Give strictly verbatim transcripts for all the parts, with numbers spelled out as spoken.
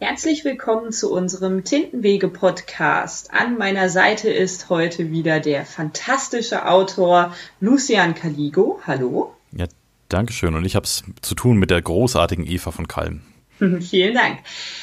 Herzlich willkommen zu unserem Tintenwege-Podcast. An meiner Seite ist heute wieder der fantastische Autor Lucian Caligo. Hallo. Ja, danke schön. Und ich habe es zu tun mit der großartigen Eva von Kalm. Vielen Dank.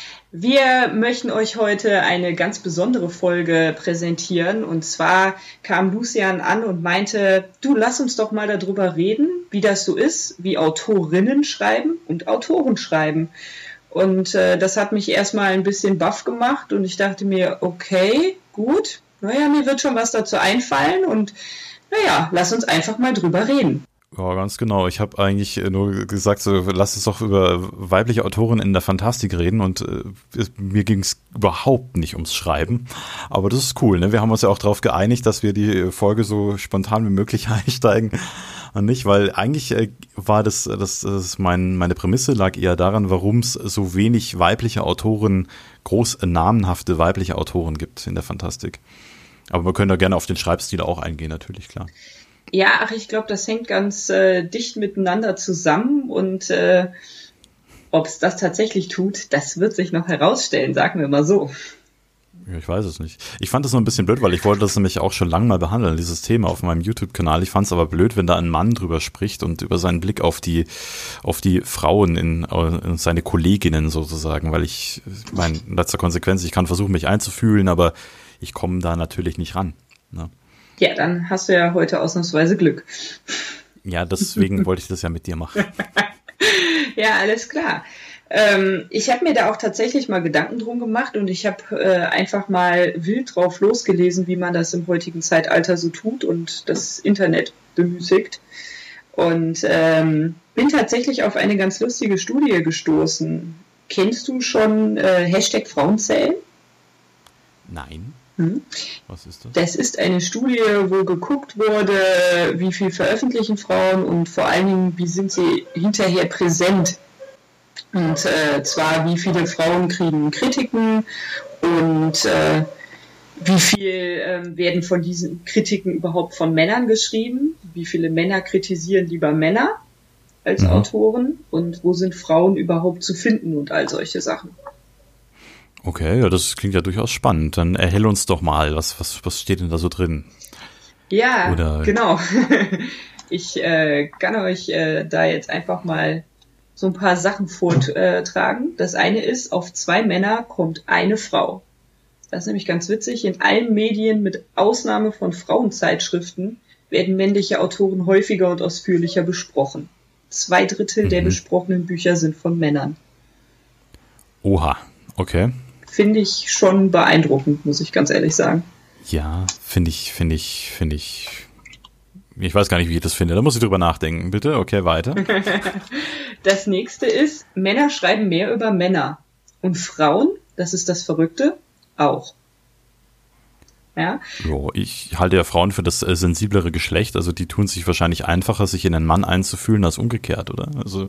Wir möchten euch heute eine ganz besondere Folge präsentieren. Und zwar kam Lucian an und meinte, du, lass uns doch mal darüber reden, wie das so ist, wie Autorinnen schreiben und Autoren schreiben. Und äh, das hat mich erstmal ein bisschen baff gemacht und ich dachte mir, okay, gut, naja, mir wird schon was dazu einfallen und naja, lass uns einfach mal drüber reden. Ja, ganz genau. Ich habe eigentlich nur gesagt, so, lass uns doch über weibliche Autorinnen in der Fantastik reden und äh, mir ging es überhaupt nicht ums Schreiben. Aber das ist cool, ne? Wir haben uns ja auch darauf geeinigt, dass wir die Folge so spontan wie möglich einsteigen. Und nicht, weil eigentlich äh, war das, das, das mein, meine Prämisse lag eher daran, warum es so wenig weibliche Autoren, groß äh, namenhafte weibliche Autoren gibt in der Fantastik. Aber wir können da gerne auf den Schreibstil auch eingehen, natürlich, klar. Ja, ach, ich glaube, das hängt ganz äh, dicht miteinander zusammen und äh, ob es das tatsächlich tut, das wird sich noch herausstellen, sagen wir mal so. Ja, ich weiß es nicht. Ich fand das nur ein bisschen blöd, weil ich wollte das nämlich auch schon lange mal behandeln, dieses Thema auf meinem YouTube-Kanal. Ich fand es aber blöd, wenn da ein Mann drüber spricht und über seinen Blick auf die auf die Frauen, in, in seine Kolleginnen sozusagen, weil ich, meine, in letzter Konsequenz, ich kann versuchen, mich einzufühlen, aber ich komme da natürlich nicht ran. Ne? Ja, dann hast du ja heute ausnahmsweise Glück. Ja, deswegen wollte ich das ja mit dir machen. Ja, alles klar. Ähm, ich habe mir da auch tatsächlich mal Gedanken drum gemacht und ich habe äh, einfach mal wild drauf losgelesen, wie man das im heutigen Zeitalter so tut und das Internet bemüßigt. Und ähm, bin tatsächlich auf eine ganz lustige Studie gestoßen. Kennst du schon äh, Hashtag Frauenzählen? Nein. Hm? Was ist das? Das ist eine Studie, wo geguckt wurde, wie viel veröffentlichen Frauen und vor allen Dingen, wie sind sie hinterher präsent. Und äh, zwar, wie viele Frauen kriegen Kritiken und äh, wie viel äh, werden von diesen Kritiken überhaupt von Männern geschrieben, wie viele Männer kritisieren lieber Männer als mhm. Autoren und wo sind Frauen überhaupt zu finden und all solche Sachen. Okay, ja, das klingt ja durchaus spannend. Dann erhell uns doch mal, was, was, was steht denn da so drin? Ja, Oder genau. Ich äh, kann euch äh, da jetzt einfach mal so ein paar Sachen vortragen. Das eine ist, auf zwei Männer kommt eine Frau. Das ist nämlich ganz witzig. In allen Medien, mit Ausnahme von Frauenzeitschriften, werden männliche Autoren häufiger und ausführlicher besprochen. Zwei Drittel mhm. der besprochenen Bücher sind von Männern. Oha, okay. Finde ich schon beeindruckend, muss ich ganz ehrlich sagen. Ja, finde ich, finde ich, finde ich... Ich weiß gar nicht, wie ich das finde. Da muss ich drüber nachdenken. Bitte, okay, weiter. Das nächste ist, Männer schreiben mehr über Männer. Und Frauen, das ist das Verrückte, auch. Ja? Jo, ich halte ja Frauen für das äh, sensiblere Geschlecht. Also die tun sich wahrscheinlich einfacher, sich in einen Mann einzufühlen, als umgekehrt, oder? Also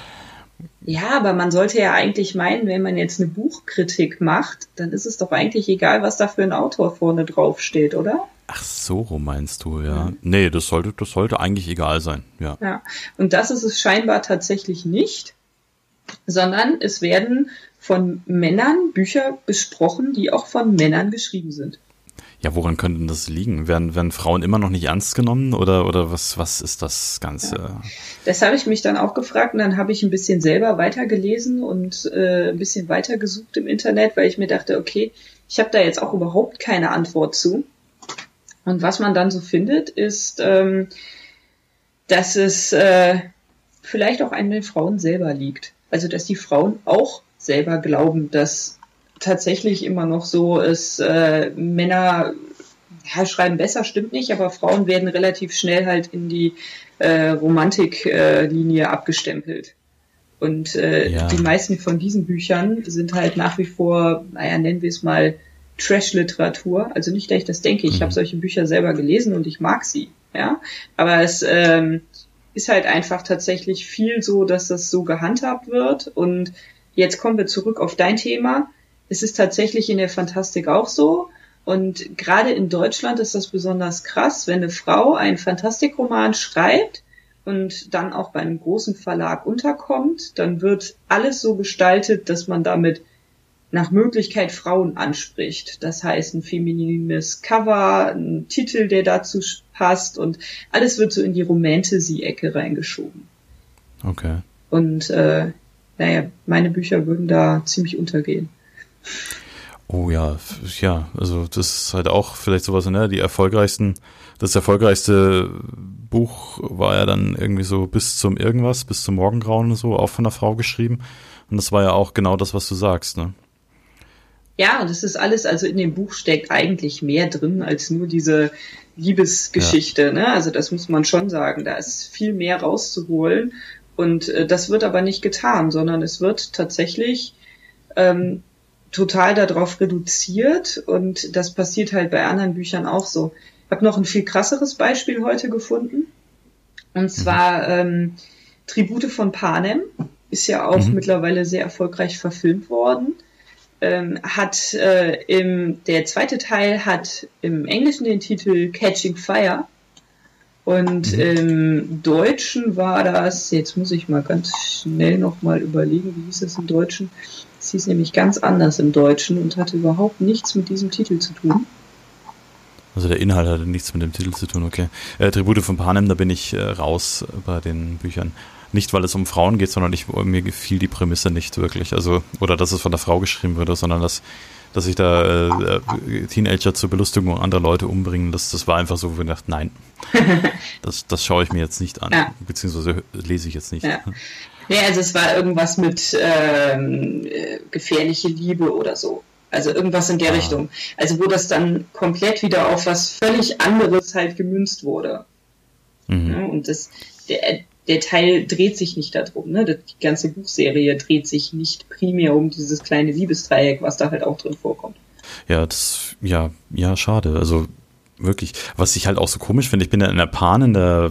ja, aber man sollte ja eigentlich meinen, wenn man jetzt eine Buchkritik macht, dann ist es doch eigentlich egal, was da für ein Autor vorne drauf steht, oder? Ach so, meinst du, ja. Mhm. Nee, das sollte, das sollte eigentlich egal sein, ja. Ja, und das ist es scheinbar tatsächlich nicht, sondern es werden von Männern Bücher besprochen, die auch von Männern geschrieben sind. Ja, woran könnte denn das liegen? Werden, werden Frauen immer noch nicht ernst genommen oder, oder was, was ist das Ganze? Ja. Das habe ich mich dann auch gefragt und dann habe ich ein bisschen selber weitergelesen und äh, ein bisschen weitergesucht im Internet, weil ich mir dachte, okay, ich habe da jetzt auch überhaupt keine Antwort zu. Und was man dann so findet, ist, ähm, dass es äh, vielleicht auch an den Frauen selber liegt. Also, dass die Frauen auch selber glauben, dass tatsächlich immer noch so ist, äh, Männer ja, schreiben besser, stimmt nicht, aber Frauen werden relativ schnell halt in die äh, Romantiklinie äh, abgestempelt. Und äh, ja. die meisten von diesen Büchern sind halt nach wie vor, naja, nennen wir es mal, Trash-Literatur, also nicht, dass ich das denke, ich mhm. habe solche Bücher selber gelesen und ich mag sie, ja, aber es ähm, ist halt einfach tatsächlich viel so, dass das so gehandhabt wird und jetzt kommen wir zurück auf dein Thema, es ist tatsächlich in der Fantastik auch so und gerade in Deutschland ist das besonders krass, wenn eine Frau einen Fantastikroman schreibt und dann auch bei einem großen Verlag unterkommt, dann wird alles so gestaltet, dass man damit nach Möglichkeit Frauen anspricht. Das heißt, ein feminines Cover, ein Titel, der dazu passt und alles wird so in die Romantasy-Ecke reingeschoben. Okay. Und äh, naja, meine Bücher würden da ziemlich untergehen. Oh ja, ja, also das ist halt auch vielleicht sowas, ne, die erfolgreichsten, das erfolgreichste Buch war ja dann irgendwie so bis zum Irgendwas, bis zum Morgengrauen und so, auch von einer Frau geschrieben. Und das war ja auch genau das, was du sagst, ne? Ja, und es ist alles, also in dem Buch steckt eigentlich mehr drin als nur diese Liebesgeschichte, ja. Ne? Also das muss man schon sagen, da ist viel mehr rauszuholen und äh, das wird aber nicht getan, sondern es wird tatsächlich ähm, total darauf reduziert und das passiert halt bei anderen Büchern auch so. Ich habe noch ein viel krasseres Beispiel heute gefunden und zwar ähm, Tribute von Panem, ist ja auch mhm. mittlerweile sehr erfolgreich verfilmt worden. Ähm, hat äh, im der zweite Teil hat im Englischen den Titel Catching Fire und mhm. im Deutschen war das, jetzt muss ich mal ganz schnell nochmal überlegen, wie hieß das im Deutschen? Es hieß nämlich ganz anders im Deutschen und hatte überhaupt nichts mit diesem Titel zu tun. Also der Inhalt hatte nichts mit dem Titel zu tun, okay. Äh, Tribute von Panem, da bin ich äh, raus bei den Büchern. Nicht, weil es um Frauen geht, sondern ich, mir gefiel die Prämisse nicht wirklich. Also, oder dass es von der Frau geschrieben wurde, sondern dass, dass sich da äh, Teenager zur Belustigung anderer Leute umbringen. Das, das war einfach so, wo ich dachte, nein, das, das schaue ich mir jetzt nicht an. Ja. Beziehungsweise lese ich jetzt nicht. Ja. Nee, also es war irgendwas mit ähm, gefährliche Liebe oder so. Also irgendwas in der ah. Richtung. Also wo das dann komplett wieder auf was völlig anderes halt gemünzt wurde. Mhm. Ja, und das, der, der Teil dreht sich nicht darum, ne? Die ganze Buchserie dreht sich nicht primär um dieses kleine Liebesdreieck, was da halt auch drin vorkommt. Ja, das, ja, ja, schade. Also wirklich, was ich halt auch so komisch finde, ich bin ja in der P A N, in der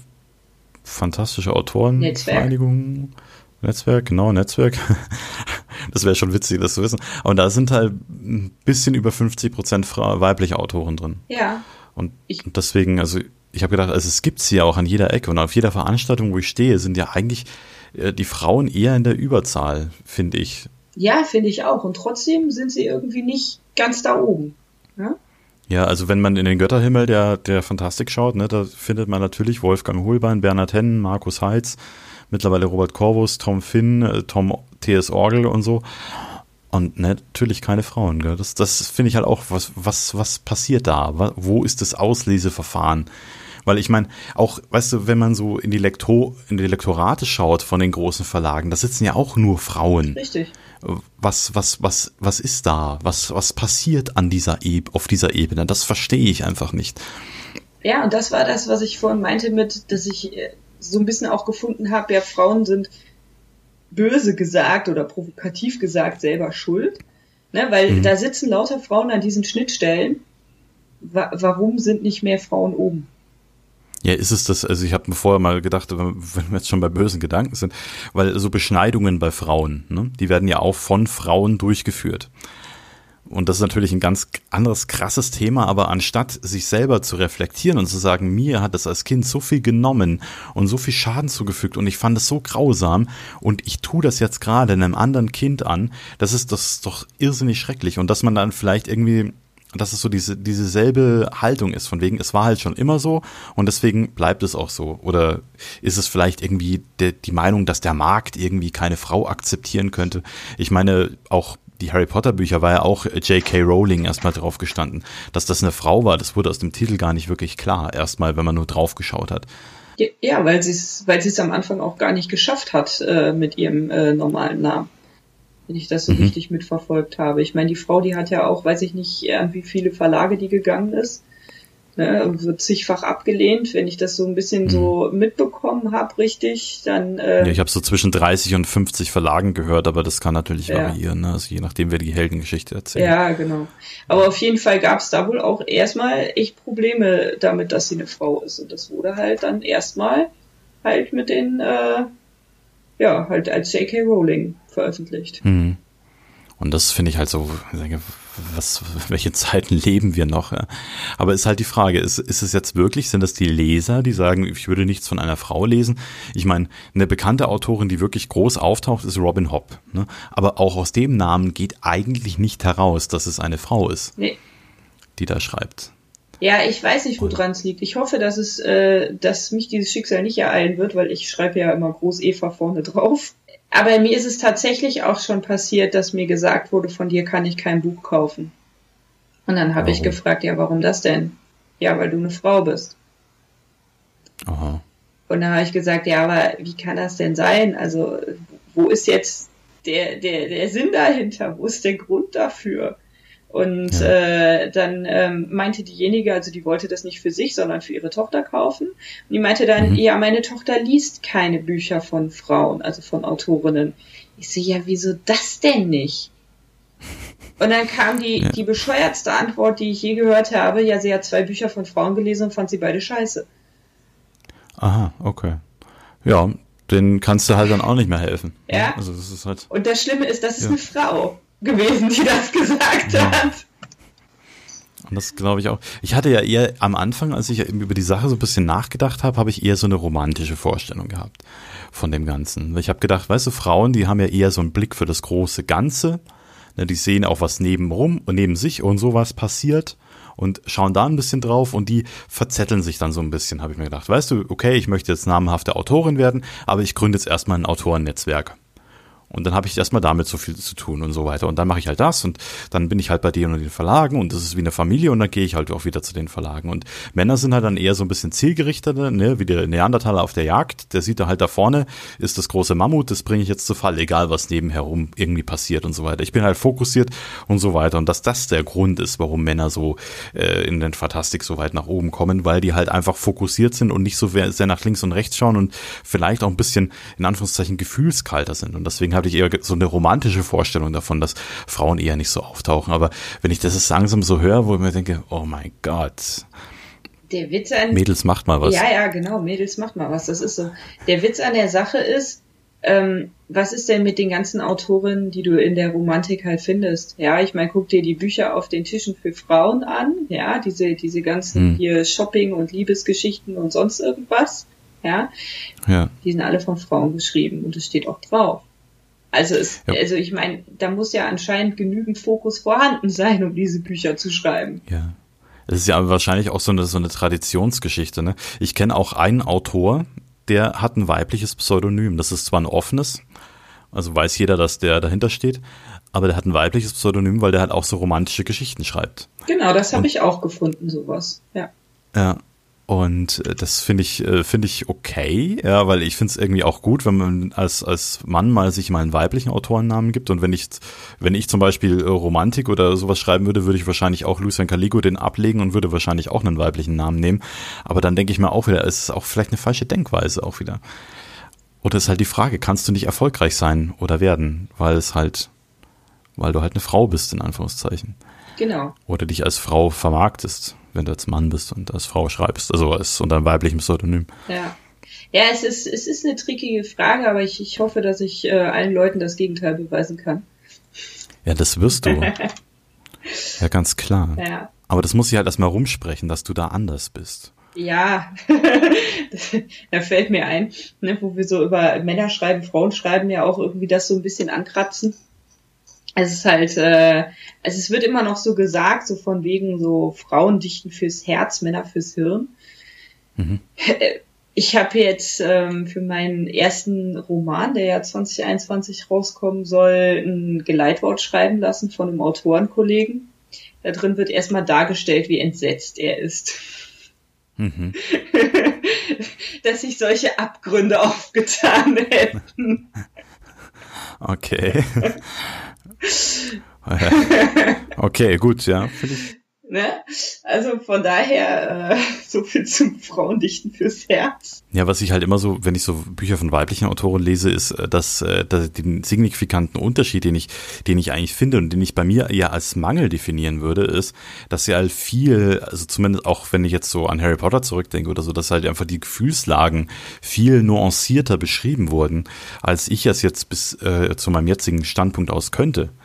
fantastische Autorenvereinigung. Netzwerk. Netzwerk, genau, Netzwerk. Das wäre schon witzig, das zu wissen. Aber da sind halt ein bisschen über fünfzig Prozent weibliche Autoren drin. Ja. Und, und deswegen, also ich habe gedacht, also es gibt sie ja auch an jeder Ecke und auf jeder Veranstaltung, wo ich stehe, sind ja eigentlich äh, die Frauen eher in der Überzahl, finde ich. Ja, finde ich auch. Und trotzdem sind sie irgendwie nicht ganz da oben. Ja, ja, also wenn man in den Götterhimmel der, der Fantastik schaut, ne, da findet man natürlich Wolfgang Holbein, Bernhard Hennen, Markus Heitz, mittlerweile Robert Corvus, Tom Finn, Tom T S. Orgel und so. Und ne, natürlich keine Frauen. Gell? Das, das finde ich halt auch, was, was, was passiert da? Wo ist das Ausleseverfahren? Weil ich meine, auch, weißt du, wenn man so in die, Lektor, in die Lektorate schaut von den großen Verlagen, da sitzen ja auch nur Frauen. Richtig. Was, was, was, was ist da? Was, was passiert an dieser Eb- auf dieser Ebene? Das verstehe ich einfach nicht. Ja, und das war das, was ich vorhin meinte mit, dass ich so ein bisschen auch gefunden habe, ja, Frauen sind böse gesagt oder provokativ gesagt selber schuld, ne, weil mhm. da sitzen lauter Frauen an diesen Schnittstellen. Wa- warum sind nicht mehr Frauen oben? Ja, ist es das, also ich habe mir vorher mal gedacht, wenn wir jetzt schon bei bösen Gedanken sind, weil so Beschneidungen bei Frauen, ne, die werden ja auch von Frauen durchgeführt. Und das ist natürlich ein ganz anderes, krasses Thema, aber anstatt sich selber zu reflektieren und zu sagen, mir hat es als Kind so viel genommen und so viel Schaden zugefügt und ich fand es so grausam und ich tue das jetzt gerade einem anderen Kind an, das ist, das ist doch irrsinnig schrecklich. Und dass man dann vielleicht irgendwie, dass es so diese, diese selbe Haltung ist, von wegen, es war halt schon immer so und deswegen bleibt es auch so. Oder ist es vielleicht irgendwie de, die Meinung, dass der Markt irgendwie keine Frau akzeptieren könnte? Ich meine, auch die Harry Potter Bücher war ja auch J K. Rowling erstmal drauf gestanden. Dass das eine Frau war, das wurde aus dem Titel gar nicht wirklich klar. Erstmal, wenn man nur drauf geschaut hat. Ja, weil sie es weil sie es am Anfang auch gar nicht geschafft hat äh, mit ihrem äh, normalen Namen. Wenn ich das so mhm. richtig mitverfolgt habe. Ich meine, die Frau, die hat ja auch, weiß ich nicht, an wie viele Verlage die gegangen ist. Ne, wird zigfach abgelehnt. Wenn ich das so ein bisschen mhm. so mitbekommen habe, richtig, dann... Äh, ja, ich habe so zwischen dreißig und fünfzig Verlagen gehört, aber das kann natürlich ja. variieren, ne? Also je nachdem, wer die Heldengeschichte erzählt. Ja, genau. Aber auf jeden Fall gab es da wohl auch erstmal echt Probleme damit, dass sie eine Frau ist. Und das wurde halt dann erstmal halt mit den, äh, ja, halt als J K. Rowling veröffentlicht. Mhm. Und das finde ich halt so, ich denke, was, welche Zeiten leben wir noch? Ja? Aber ist halt die Frage, ist, ist es jetzt wirklich, sind das die Leser, die sagen, ich würde nichts von einer Frau lesen? Ich meine, eine bekannte Autorin, die wirklich groß auftaucht, ist Robin Hobb. Ne? Aber auch aus dem Namen geht eigentlich nicht heraus, dass es eine Frau ist, nee. die da schreibt. Ja, ich weiß nicht, woran es liegt. Ich hoffe, dass es, äh, dass mich dieses Schicksal nicht ereilen wird, weil ich schreibe ja immer groß Eva vorne drauf. Aber mir ist es tatsächlich auch schon passiert, dass mir gesagt wurde, von dir kann ich kein Buch kaufen. Und dann habe ich gefragt, ja, warum das denn? Ja, weil du eine Frau bist. Aha. Und dann habe ich gesagt, ja, aber wie kann das denn sein? Also, wo ist jetzt der, der, der Sinn dahinter? Wo ist der Grund dafür? Und ja. äh, dann ähm, meinte diejenige, also die wollte das nicht für sich, sondern für ihre Tochter kaufen. Und die meinte dann, mhm. ja, meine Tochter liest keine Bücher von Frauen, also von Autorinnen. Ich so, ja, wieso das denn nicht? Und dann kam die, ja. die bescheuertste Antwort, die ich je gehört habe. Ja, sie hat zwei Bücher von Frauen gelesen und fand sie beide scheiße. Aha, okay. Ja, denen kannst du halt dann auch nicht mehr helfen. Ja. Also das ist halt. Und das Schlimme ist, das ist ja. eine Frau gewesen, die das gesagt ja. hat. Und das glaube ich auch. Ich hatte ja eher am Anfang, als ich über die Sache so ein bisschen nachgedacht habe, habe ich eher so eine romantische Vorstellung gehabt von dem Ganzen. Ich habe gedacht, weißt du, Frauen, die haben ja eher so einen Blick für das große Ganze. Die sehen auch, was nebenrum und neben sich und sowas passiert und schauen da ein bisschen drauf und die verzetteln sich dann so ein bisschen, habe ich mir gedacht. Weißt du, okay, ich möchte jetzt namhafte Autorin werden, aber ich gründe jetzt erstmal ein Autorennetzwerk. Und dann habe ich erstmal damit so viel zu tun und so weiter. Und dann mache ich halt das und dann bin ich halt bei denen und den Verlagen und das ist wie eine Familie und dann gehe ich halt auch wieder zu den Verlagen. Und Männer sind halt dann eher so ein bisschen zielgerichteter, ne, wie der Neandertaler auf der Jagd. Der sieht da halt da vorne, ist das große Mammut, das bringe ich jetzt zu Fall, egal was nebenherum irgendwie passiert und so weiter. Ich bin halt fokussiert und so weiter. Und dass das der Grund ist, warum Männer so äh, in den Fantastik so weit nach oben kommen, weil die halt einfach fokussiert sind und nicht so sehr nach links und rechts schauen und vielleicht auch ein bisschen, in Anführungszeichen, gefühlskalter sind. Und deswegen hatte ich eher so eine romantische Vorstellung davon, dass Frauen eher nicht so auftauchen. Aber wenn ich das jetzt langsam so höre, wo ich mir denke, oh mein Gott. Der Witz an... Mädels macht mal was. Ja, ja, genau, Mädels macht mal was. Das ist so. Der Witz an der Sache ist, ähm, was ist denn mit den ganzen Autorinnen, die du in der Romantik halt findest? Ja, ich meine, guck dir die Bücher auf den Tischen für Frauen an. Ja, diese, diese ganzen hm. hier Shopping- und Liebesgeschichten und sonst irgendwas. Ja? ja. Die sind alle von Frauen geschrieben und es steht auch drauf. Also, es, ja. also ich meine, da muss ja anscheinend genügend Fokus vorhanden sein, um diese Bücher zu schreiben. Ja, das ist ja wahrscheinlich auch so eine, so eine Traditionsgeschichte. Ne? Ich kenne auch einen Autor, der hat ein weibliches Pseudonym. Das ist zwar ein offenes, also weiß jeder, dass der dahinter steht, aber der hat ein weibliches Pseudonym, weil der halt auch so romantische Geschichten schreibt. Genau, das habe ich auch gefunden, sowas. Ja. Ja. Und das finde ich finde ich okay, ja, weil ich finde es irgendwie auch gut, wenn man als als Mann mal sich mal einen weiblichen Autorennamen gibt. Und wenn ich wenn ich zum Beispiel Romantik oder sowas schreiben würde, würde ich wahrscheinlich auch Lucian Caligo den ablegen und würde wahrscheinlich auch einen weiblichen Namen nehmen. Aber dann denke ich mir auch wieder, es ist auch vielleicht eine falsche Denkweise auch wieder. Oder ist halt die Frage, kannst du nicht erfolgreich sein oder werden, weil es halt, weil du halt eine Frau bist, in Anführungszeichen. Genau. Oder dich als Frau vermarktest, wenn du als Mann bist und als Frau schreibst, also als unter einem weiblichen Pseudonym. Ja, ja, es ist es ist eine trickige Frage, aber ich, ich hoffe, dass ich äh, allen Leuten das Gegenteil beweisen kann. Ja, das wirst du. Ja, ganz klar. Ja. Aber das muss ich halt erstmal rumsprechen, dass du da anders bist. Ja, da fällt mir ein, ne, wo wir so über Männer schreiben, Frauen schreiben, ja auch irgendwie das so ein bisschen ankratzen. Es ist halt, äh, also es wird immer noch so gesagt, so von wegen so Frauen dichten fürs Herz, Männer fürs Hirn. Mhm. Ich habe jetzt ähm, für meinen ersten Roman, der ja zwanzig einundzwanzig rauskommen soll, ein Geleitwort schreiben lassen von einem Autorenkollegen. Da drin wird erstmal dargestellt, wie entsetzt er ist. Mhm. Dass sich solche Abgründe aufgetan hätten. Okay. Okay, gut, ja. Ne? Also von daher äh, so viel zum Frauendichten fürs Herz. Ja, was ich halt immer so, wenn ich so Bücher von weiblichen Autoren lese, ist, dass, dass den signifikanten Unterschied, den ich, den ich eigentlich finde und den ich bei mir eher als Mangel definieren würde, ist, dass sie halt viel, also zumindest auch wenn ich jetzt so an Harry Potter zurückdenke oder so, dass halt einfach die Gefühlslagen viel nuancierter beschrieben wurden, als ich es jetzt bis äh, zu meinem jetzigen Standpunkt aus könnte.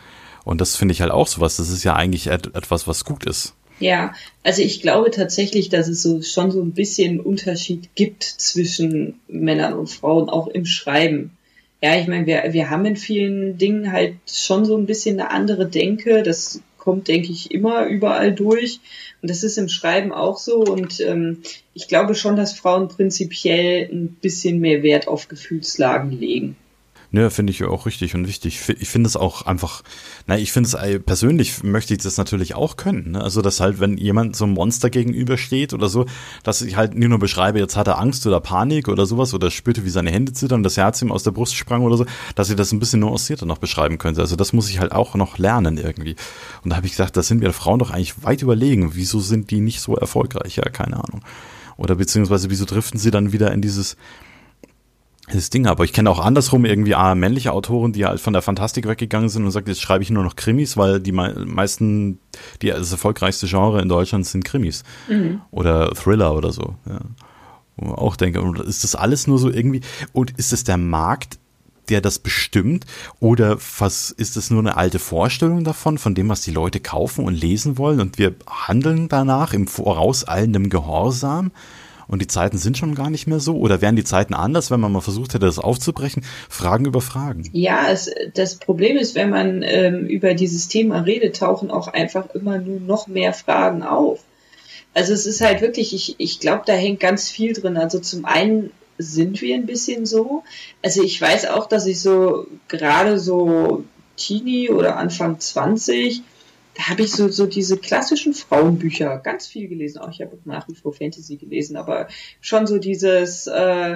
Und das finde ich halt auch sowas. Das ist ja eigentlich et- etwas, was gut ist. Ja, also ich glaube tatsächlich, dass es so schon so ein bisschen Unterschied gibt zwischen Männern und Frauen, auch im Schreiben. Ja, ich meine, wir, wir haben in vielen Dingen halt schon so ein bisschen eine andere Denke. Das kommt, denke ich, immer überall durch. Und das ist im Schreiben auch so. Und ähm, ich glaube schon, dass Frauen prinzipiell ein bisschen mehr Wert auf Gefühlslagen legen. Ne, finde ich auch richtig und wichtig. Ich finde es auch einfach, na, ich finde es persönlich möchte ich das natürlich auch können. Ne? Also, dass halt, wenn jemand so einem Monster gegenübersteht oder so, dass ich halt nicht nur beschreibe, jetzt hat er Angst oder Panik oder sowas oder spürte, wie seine Hände zittern und das Herz ihm aus der Brust sprang oder so, dass ich das ein bisschen nuancierter noch beschreiben könnte. Also, das muss ich halt auch noch lernen irgendwie. Und da habe ich gesagt, da sind wir Frauen doch eigentlich weit überlegen. Wieso sind die nicht so erfolgreich? Ja, keine Ahnung. Oder beziehungsweise, wieso driften sie dann wieder in dieses das Ding, aber ich kenne auch andersrum irgendwie ah, männliche Autoren, die halt von der Fantastik weggegangen sind und sagt, jetzt schreibe ich nur noch Krimis, weil die me- meisten, die das erfolgreichste Genre in Deutschland sind Krimis mhm. oder Thriller oder so. Ja. Wo man auch denke, ist das alles nur so irgendwie, und ist es der Markt, der das bestimmt, oder was ist das nur eine alte Vorstellung davon, von dem, was die Leute kaufen und lesen wollen und wir handeln danach im vorauseilendem Gehorsam? Und die Zeiten sind schon gar nicht mehr so? Oder wären die Zeiten anders, wenn man mal versucht hätte, das aufzubrechen? Fragen über Fragen. Ja, es, das Problem ist, wenn man ähm, über dieses Thema redet, tauchen auch einfach immer nur noch mehr Fragen auf. Also es ist halt wirklich, ich, ich glaube, da hängt ganz viel drin. Also zum einen sind wir ein bisschen so. Also ich weiß auch, dass ich so gerade so Teenie oder Anfang zwanzig, da habe ich so, so diese klassischen Frauenbücher ganz viel gelesen. Auch ich habe nach wie vor Fantasy gelesen, aber schon so dieses äh,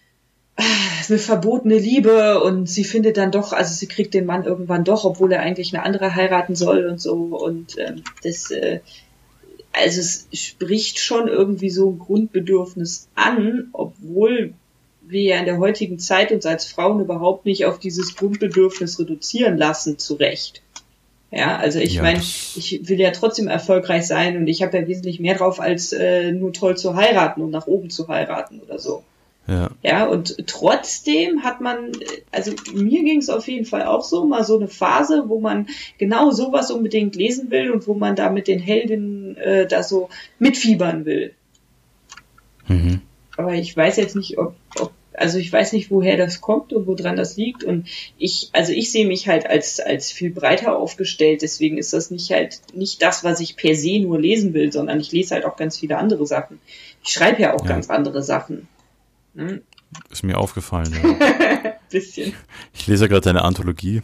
eine verbotene Liebe und sie findet dann doch, also sie kriegt den Mann irgendwann doch, obwohl er eigentlich eine andere heiraten soll und so. Und ähm, das, äh, also es spricht schon irgendwie so ein Grundbedürfnis an, obwohl wir ja in der heutigen Zeit uns als Frauen überhaupt nicht auf dieses Grundbedürfnis reduzieren lassen, zu Recht. Ja, also ich ja, meine, ich will ja trotzdem erfolgreich sein und ich habe ja wesentlich mehr drauf, als äh, nur toll zu heiraten und nach oben zu heiraten oder so. Ja. Ja, und trotzdem hat man, also mir ging es auf jeden Fall auch so, mal so eine Phase, wo man genau sowas unbedingt lesen will und wo man da mit den Heldinnen äh, da so mitfiebern will. Mhm. Aber ich weiß jetzt nicht, ob, ob Also ich weiß nicht, woher das kommt und woran das liegt. Und ich, also ich sehe mich halt als, als viel breiter aufgestellt. Deswegen ist das nicht halt, nicht das, was ich per se nur lesen will, sondern ich lese halt auch ganz viele andere Sachen. Ich schreibe ja auch ja. ganz andere Sachen. Hm? Ist mir aufgefallen, ja. Bisschen. Ich lese ja gerade deine Anthologie.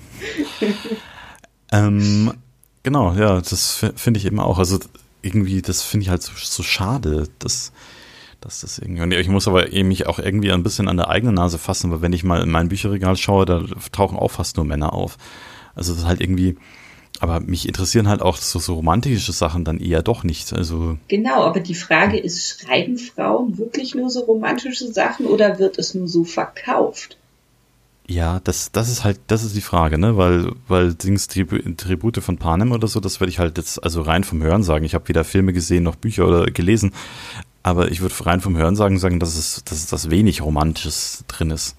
ähm, genau, ja, das finde ich eben auch. Also irgendwie, das finde ich halt so, so schade, dass dass das irgendwie, und ich muss aber eben mich auch irgendwie ein bisschen an der eigenen Nase fassen, weil wenn ich mal in mein Bücherregal schaue, da tauchen auch fast nur Männer auf. Also das ist halt irgendwie, aber mich interessieren halt auch so, so romantische Sachen dann eher doch nicht. Also genau, aber die Frage ist, schreiben Frauen wirklich nur so romantische Sachen oder wird es nur so verkauft? Ja, das, das ist halt, das ist die Frage, ne, weil, weil Dings Tribute von Panem oder so, das werde ich halt jetzt, also rein vom Hören sagen. Ich habe weder Filme gesehen noch Bücher oder gelesen. Aber ich würde rein vom Hörensagen sagen, dass es, dass es das wenig Romantisches drin ist.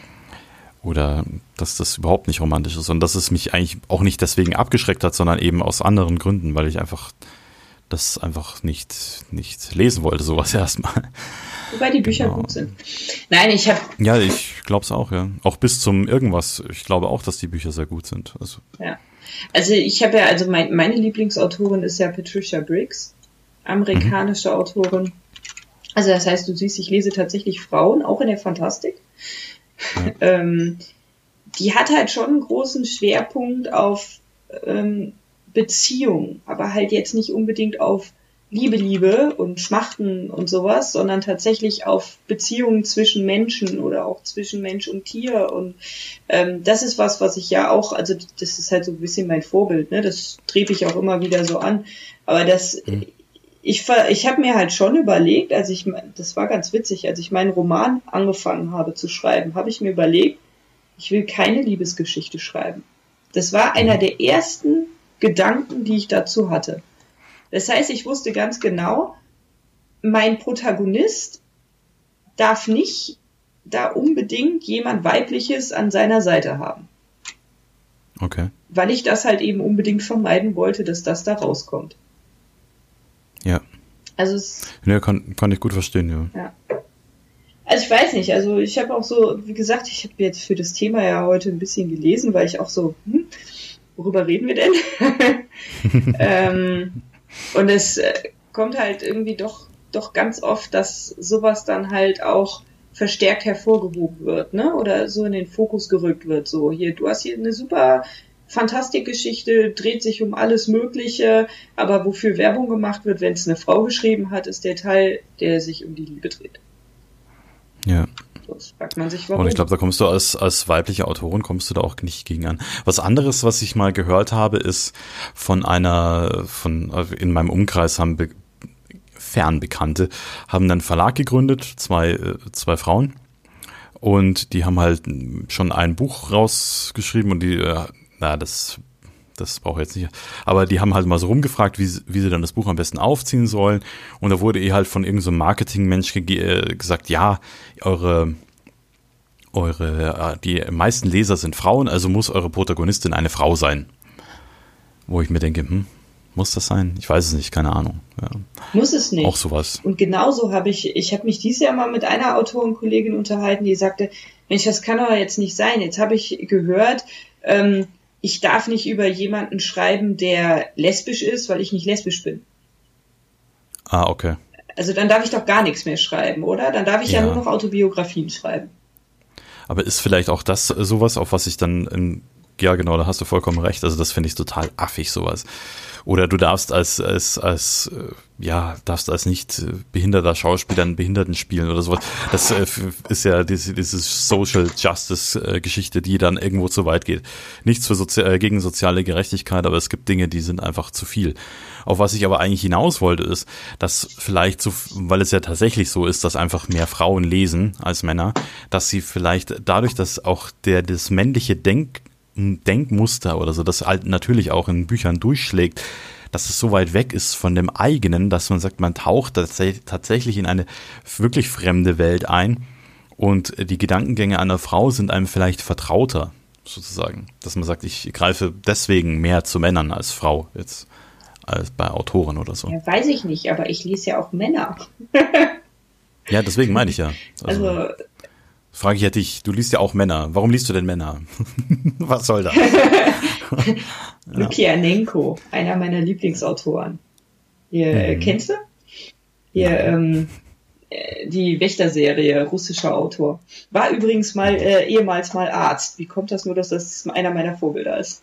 Oder dass das überhaupt nicht romantisch ist. Und dass es mich eigentlich auch nicht deswegen abgeschreckt hat, sondern eben aus anderen Gründen, weil ich einfach das einfach nicht, nicht lesen wollte, sowas erstmal. Wobei die Bücher genau. gut sind. Nein, ich habe... Ja, ich glaube es auch, ja. Auch bis zum Irgendwas. Ich glaube auch, dass die Bücher sehr gut sind. Also, ja. Also ich habe ja, also mein, meine Lieblingsautorin ist ja Patricia Briggs, amerikanische mhm. Autorin. Also das heißt, du siehst, ich lese tatsächlich Frauen, auch in der Fantastik. Ja. ähm, die hat halt schon einen großen Schwerpunkt auf ähm, Beziehung, aber halt jetzt nicht unbedingt auf Liebe, Liebe und Schmachten und sowas, sondern tatsächlich auf Beziehungen zwischen Menschen oder auch zwischen Mensch und Tier. Und ähm, das ist was, was ich ja auch, also das ist halt so ein bisschen mein Vorbild, ne? Das strebe ich auch immer wieder so an. Aber das... Mhm. Ich, ich habe mir halt schon überlegt, als ich, das war ganz witzig, als ich meinen Roman angefangen habe zu schreiben, habe ich mir überlegt, ich will keine Liebesgeschichte schreiben. Das war einer der ersten Gedanken, die ich dazu hatte. Das heißt, ich wusste ganz genau, mein Protagonist darf nicht da unbedingt jemand Weibliches an seiner Seite haben. Okay. weil ich das halt eben unbedingt vermeiden wollte, dass das da rauskommt. Ja. Also es... Ja, kann, kann ich gut verstehen, ja. Ja. Also ich weiß nicht, also ich habe auch so, wie gesagt, ich habe jetzt für das Thema ja heute ein bisschen gelesen, weil ich auch so, hm, worüber reden wir denn? ähm, und es äh, kommt halt irgendwie doch, doch ganz oft, dass sowas dann halt auch verstärkt hervorgehoben wird, ne? Oder so in den Fokus gerückt wird. So, hier, du hast hier eine super Fantastikgeschichte, dreht sich um alles Mögliche, aber wofür Werbung gemacht wird, wenn es eine Frau geschrieben hat, ist der Teil, der sich um die Liebe dreht. Ja. Das fragt man sich, warum. Und ich glaube, da kommst du als, als weibliche Autorin kommst du da auch nicht gegen an. Was anderes, was ich mal gehört habe, ist von einer, von, in meinem Umkreis haben Be- Fernbekannte, haben einen Verlag gegründet, zwei, zwei Frauen. Und die haben halt schon ein Buch rausgeschrieben und die, na, das, das brauche ich jetzt nicht. Aber die haben halt mal so rumgefragt, wie, wie sie dann das Buch am besten aufziehen sollen. Und da wurde eh halt von irgendeinem so Marketingmensch ge- gesagt, ja, eure, eure, die meisten Leser sind Frauen, also muss eure Protagonistin eine Frau sein. Wo ich mir denke, hm, muss das sein? Ich weiß es nicht, keine Ahnung. Ja. Muss es nicht. Auch sowas. Und genauso habe ich, ich habe mich dieses Jahr mal mit einer Autorenkollegin unterhalten, die sagte, Mensch, das kann aber jetzt nicht sein. Jetzt habe ich gehört, ähm, ich darf nicht über jemanden schreiben, der lesbisch ist, weil ich nicht lesbisch bin. Ah, okay. Also dann darf ich doch gar nichts mehr schreiben, oder? Dann darf ich ja, ja nur noch Autobiografien schreiben. Aber ist vielleicht auch das sowas, auf was ich dann, in, ja genau, da hast du vollkommen recht, also das finde ich total affig, sowas. Oder du darfst als, als, als, ja, darfst als nicht behinderter Schauspieler einen Behinderten spielen oder sowas. Das ist ja diese, diese Social Justice Geschichte, die dann irgendwo zu weit geht. Nichts für Sozi- gegen soziale Gerechtigkeit, aber es gibt Dinge, die sind einfach zu viel. Auf was ich aber eigentlich hinaus wollte, ist, dass vielleicht so, weil es ja tatsächlich so ist, dass einfach mehr Frauen lesen als Männer, dass sie vielleicht dadurch, dass auch der, das männliche Denk Denkmuster oder so, das halt natürlich auch in Büchern durchschlägt, dass es so weit weg ist von dem eigenen, dass man sagt, man taucht tatsächlich in eine wirklich fremde Welt ein und die Gedankengänge einer Frau sind einem vielleicht vertrauter, sozusagen. Dass man sagt, ich greife deswegen mehr zu Männern als Frau, jetzt als bei Autoren oder so. Ja, weiß ich nicht, aber ich lese ja auch Männer. Ja, deswegen meine ich ja. Also, also frage ich ja dich, du liest ja auch Männer. Warum liest du denn Männer? Was soll das? Lukianenko, einer meiner Lieblingsautoren. Hier, mhm. äh, kennst du? Hier, ähm, die Wächter-Serie, russischer Autor. War übrigens mal, äh, ehemals mal Arzt. Wie kommt das nur, dass das einer meiner Vorbilder ist?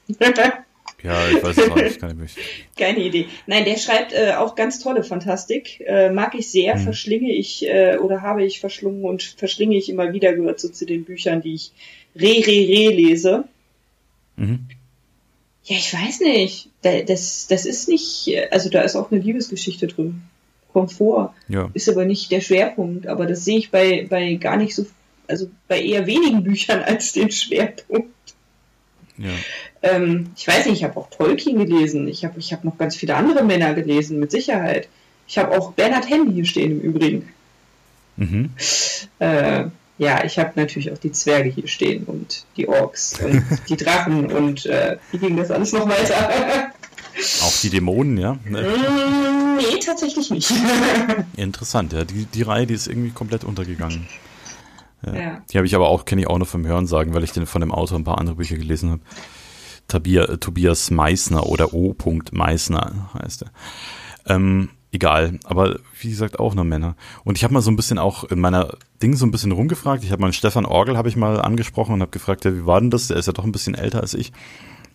Ja, ich weiß es auch nicht. Kann ich mich. Keine Idee. Nein, der schreibt äh, auch ganz tolle Fantastik. Äh, mag ich sehr, hm. verschlinge ich äh, oder habe ich verschlungen und verschlinge ich immer wieder, gehört so zu den Büchern, die ich re, re, re lese. Mhm. Ja, ich weiß nicht. Das, das ist nicht, also da ist auch eine Liebesgeschichte drin. Kommt vor. Ja. Ist aber nicht der Schwerpunkt. Aber das sehe ich bei, bei gar nicht so, also bei eher wenigen Büchern als den Schwerpunkt. Ja. Ähm, ich weiß nicht, ich habe auch Tolkien gelesen. Ich habe ich hab noch ganz viele andere Männer gelesen, mit Sicherheit. Ich habe auch Bernhard Henny hier stehen im Übrigen. Mhm. Äh, ja, ich habe natürlich auch die Zwerge hier stehen und die Orks und die Drachen und äh, wie ging das alles noch weiter? Auch die Dämonen, ja? Mm, nee, tatsächlich nicht. Interessant, ja. Die, die Reihe, die ist irgendwie komplett untergegangen. Ja. Ja. Die habe ich aber auch, kenne ich auch nur vom Hörensagen, weil ich den von dem Autor ein paar andere Bücher gelesen habe. Tabia, äh, Tobias Meissner oder O. Meissner heißt er. Ähm, egal, aber wie gesagt auch nur Männer. Und ich habe mal so ein bisschen auch in meiner Ding so ein bisschen rumgefragt. Ich habe mal Stefan Orgel habe ich mal angesprochen und habe gefragt, ja, wie war denn das? Der ist ja doch ein bisschen älter als ich.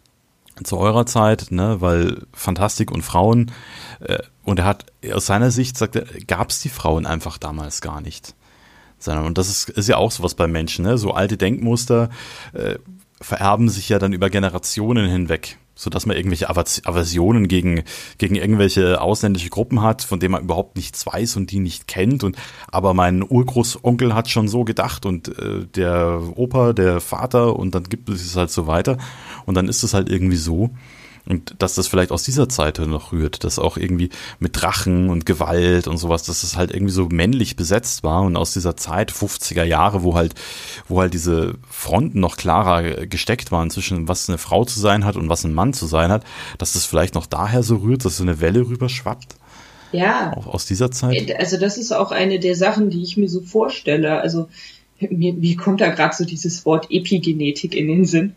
Zu eurer Zeit, ne, weil Fantastik und Frauen, äh, und er hat aus seiner Sicht sagt er, gab es die Frauen einfach damals gar nicht. Und das ist, ist ja auch sowas bei Menschen, ne? So alte Denkmuster äh, vererben sich ja dann über Generationen hinweg, sodass man irgendwelche Aversionen gegen gegen irgendwelche ausländische Gruppen hat, von denen man überhaupt nichts weiß und die nicht kennt. Und aber mein Urgroßonkel hat schon so gedacht und äh, der Opa, der Vater und dann gibt es halt so weiter. Und dann ist es halt irgendwie so. Und dass das vielleicht aus dieser Zeit noch rührt, dass auch irgendwie mit Drachen und Gewalt und sowas, dass das halt irgendwie so männlich besetzt war und aus dieser Zeit, fünfziger Jahre, wo halt, wo halt diese Fronten noch klarer gesteckt waren zwischen was eine Frau zu sein hat und was ein Mann zu sein hat, dass das vielleicht noch daher so rührt, dass so eine Welle rüberschwappt. Ja. Auch aus dieser Zeit. Also das ist auch eine der Sachen, die ich mir so vorstelle. Also mir, mir kommt da gerade so dieses Wort Epigenetik in den Sinn.